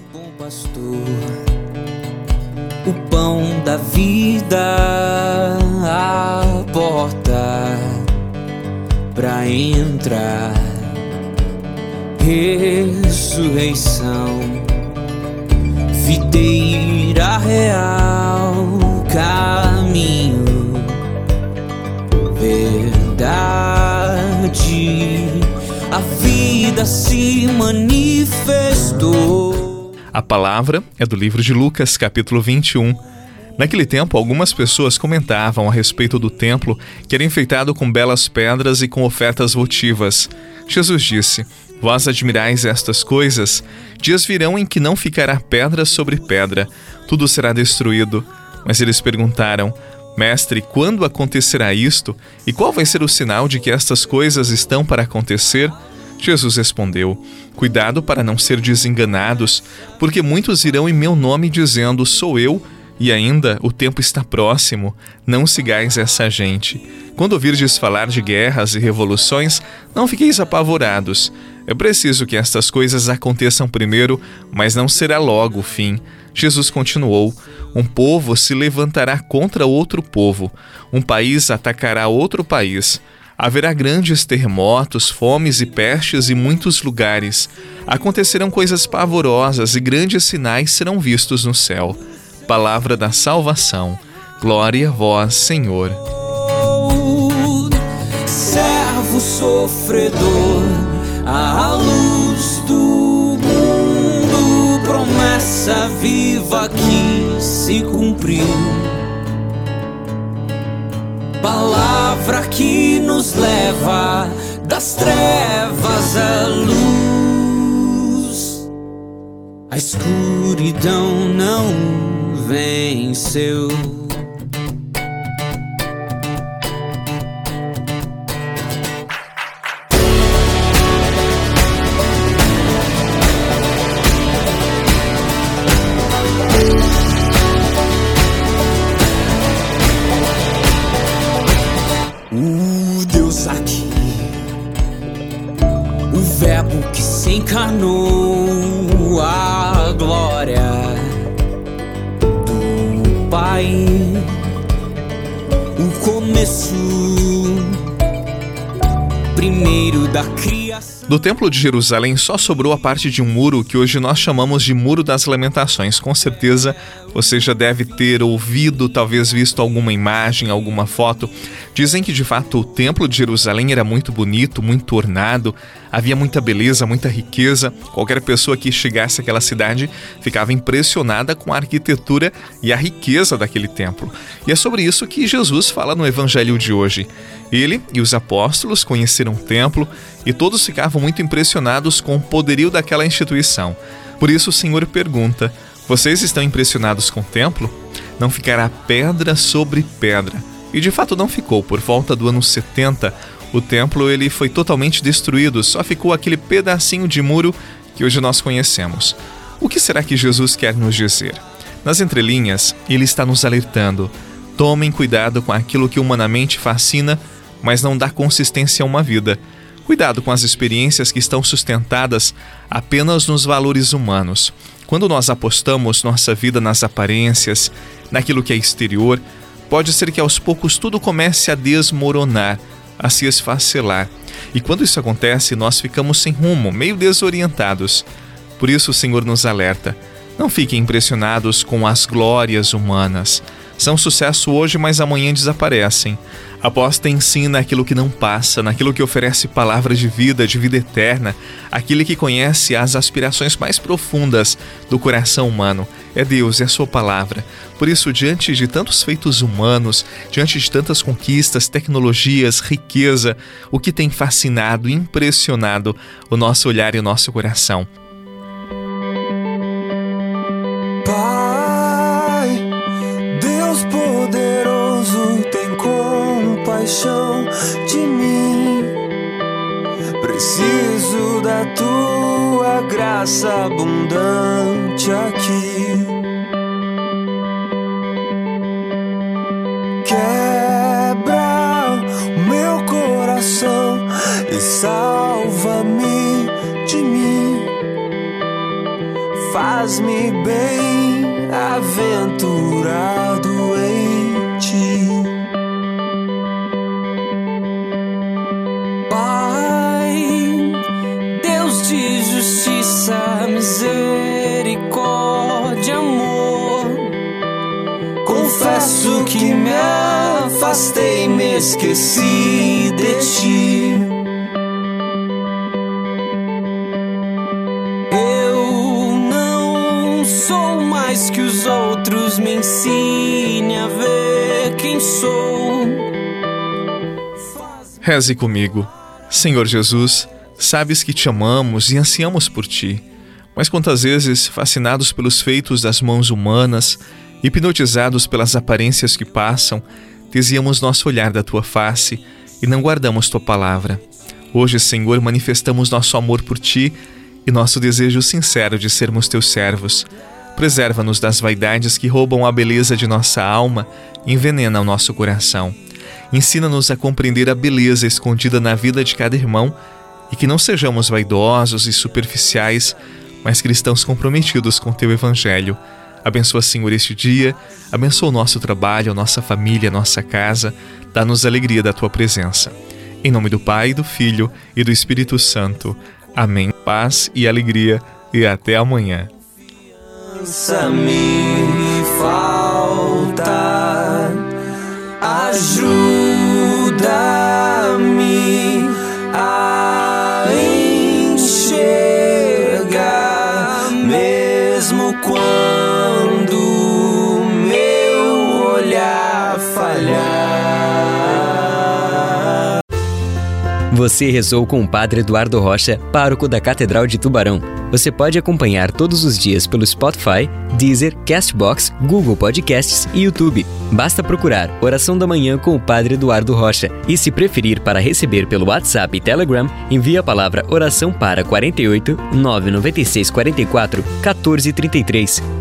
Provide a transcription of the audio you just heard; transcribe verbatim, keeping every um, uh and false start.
Bom pastor, o pão da vida, a porta pra entrar, ressurreição, videira real, caminho, verdade, a vida se manifestou. A palavra é do livro de Lucas, capítulo vinte e um. Naquele tempo, algumas pessoas comentavam a respeito do templo, que era enfeitado com belas pedras e com ofertas votivas. Jesus disse: Vós admirais estas coisas? Dias virão em que não ficará pedra sobre pedra, tudo será destruído. Mas eles perguntaram: Mestre, quando acontecerá isto? E qual vai ser o sinal de que estas coisas estão para acontecer? Jesus respondeu: Cuidado para não ser desenganados, porque muitos irão em meu nome dizendo: Sou eu, e ainda o tempo está próximo. Não sigais essa gente. Quando ouvirdes falar de guerras e revoluções, não fiqueis apavorados. É preciso que estas coisas aconteçam primeiro, mas não será logo o fim. Jesus continuou: Um povo se levantará contra outro povo, um país atacará outro país. Haverá grandes terremotos, fomes e pestes em muitos lugares. Acontecerão coisas pavorosas e grandes sinais serão vistos no céu. Palavra da salvação. Glória a vós, Senhor. Servo sofredor, a luz do mundo, promessa viva que se cumpriu. Palavra que nos leva das trevas à luz. A escuridão não venceu. O Deus aqui, o verbo que se encarnou, a glória do Pai, o começo primeiro da criação. Do Templo de Jerusalém só sobrou a parte de um muro que hoje nós chamamos de Muro das Lamentações. Com certeza você já deve ter ouvido, talvez visto alguma imagem, alguma foto. Dizem que de fato o Templo de Jerusalém era muito bonito, muito ornado, havia muita beleza, muita riqueza. Qualquer pessoa que chegasse àquela cidade ficava impressionada com a arquitetura e a riqueza daquele templo. E é sobre isso que Jesus fala no Evangelho de hoje. Ele e os apóstolos conheceram o templo e todos ficavam muito impressionados com o poderio daquela instituição. Por isso o Senhor pergunta: vocês estão impressionados com o templo? Não ficará pedra sobre pedra. E de fato não ficou. Por volta do ano setenta, o templo ele foi totalmente destruído, só ficou aquele pedacinho de muro que hoje nós conhecemos. O que será que Jesus quer nos dizer? Nas entrelinhas, ele está nos alertando: tomem cuidado com aquilo que humanamente fascina, mas não dá consistência a uma vida. Cuidado com as experiências que estão sustentadas apenas nos valores humanos. Quando nós apostamos nossa vida nas aparências, naquilo que é exterior, pode ser que aos poucos tudo comece a desmoronar, a se esfacelar. E quando isso acontece, nós ficamos sem rumo, meio desorientados. Por isso o Senhor nos alerta: não fiquem impressionados com as glórias humanas. São sucesso hoje, mas amanhã desaparecem. Apostem sim naquilo que não passa, naquilo que oferece palavras de vida, de vida eterna, aquele que conhece as aspirações mais profundas do coração humano. É Deus, é a sua palavra. Por isso, diante de tantos feitos humanos, diante de tantas conquistas, tecnologias, riqueza, o que tem fascinado e impressionado o nosso olhar e o nosso coração? Pai, Deus poderoso, tem compaixão de mim. Preciso da tua graça abundante aqui. Quebra o meu coração e salva-me de mim. Faz faz-me bem aventurado em ti. Pai, Deus de justiça, misericórdia, amor, confesso que me afastei, me esqueci de ti. Eu não sou mais que os outros, me ensine a ver quem sou. Reze comigo. Senhor Jesus, sabes que te amamos e ansiamos por ti, mas quantas vezes, fascinados pelos feitos das mãos humanas, hipnotizados pelas aparências que passam, desviamos nosso olhar da tua face e não guardamos tua palavra. Hoje, Senhor, manifestamos nosso amor por ti e nosso desejo sincero de sermos teus servos. Preserva-nos das vaidades que roubam a beleza de nossa alma e envenenam nosso coração. Ensina-nos a compreender a beleza escondida na vida de cada irmão e que não sejamos vaidosos e superficiais, mas cristãos comprometidos com teu evangelho. Abençoa, Senhor, este dia, abençoa o nosso trabalho, a nossa família, a nossa casa, dá-nos alegria da tua presença. Em nome do Pai, do Filho e do Espírito Santo. Amém. Paz e alegria e até amanhã. Me falta, ajuda-me a enxergar, mesmo quando meu olhar falhar. Você rezou com o Padre Eduardo Rocha, pároco da Catedral de Tubarão. Você pode acompanhar todos os dias pelo Spotify, Deezer, Castbox, Google Podcasts e YouTube. Basta procurar Oração da Manhã com o Padre Eduardo Rocha. E se preferir para receber pelo WhatsApp e Telegram, envie a palavra oração para quarenta e oito, nove nove seis, quarenta e quatro, quatorze, trinta e três.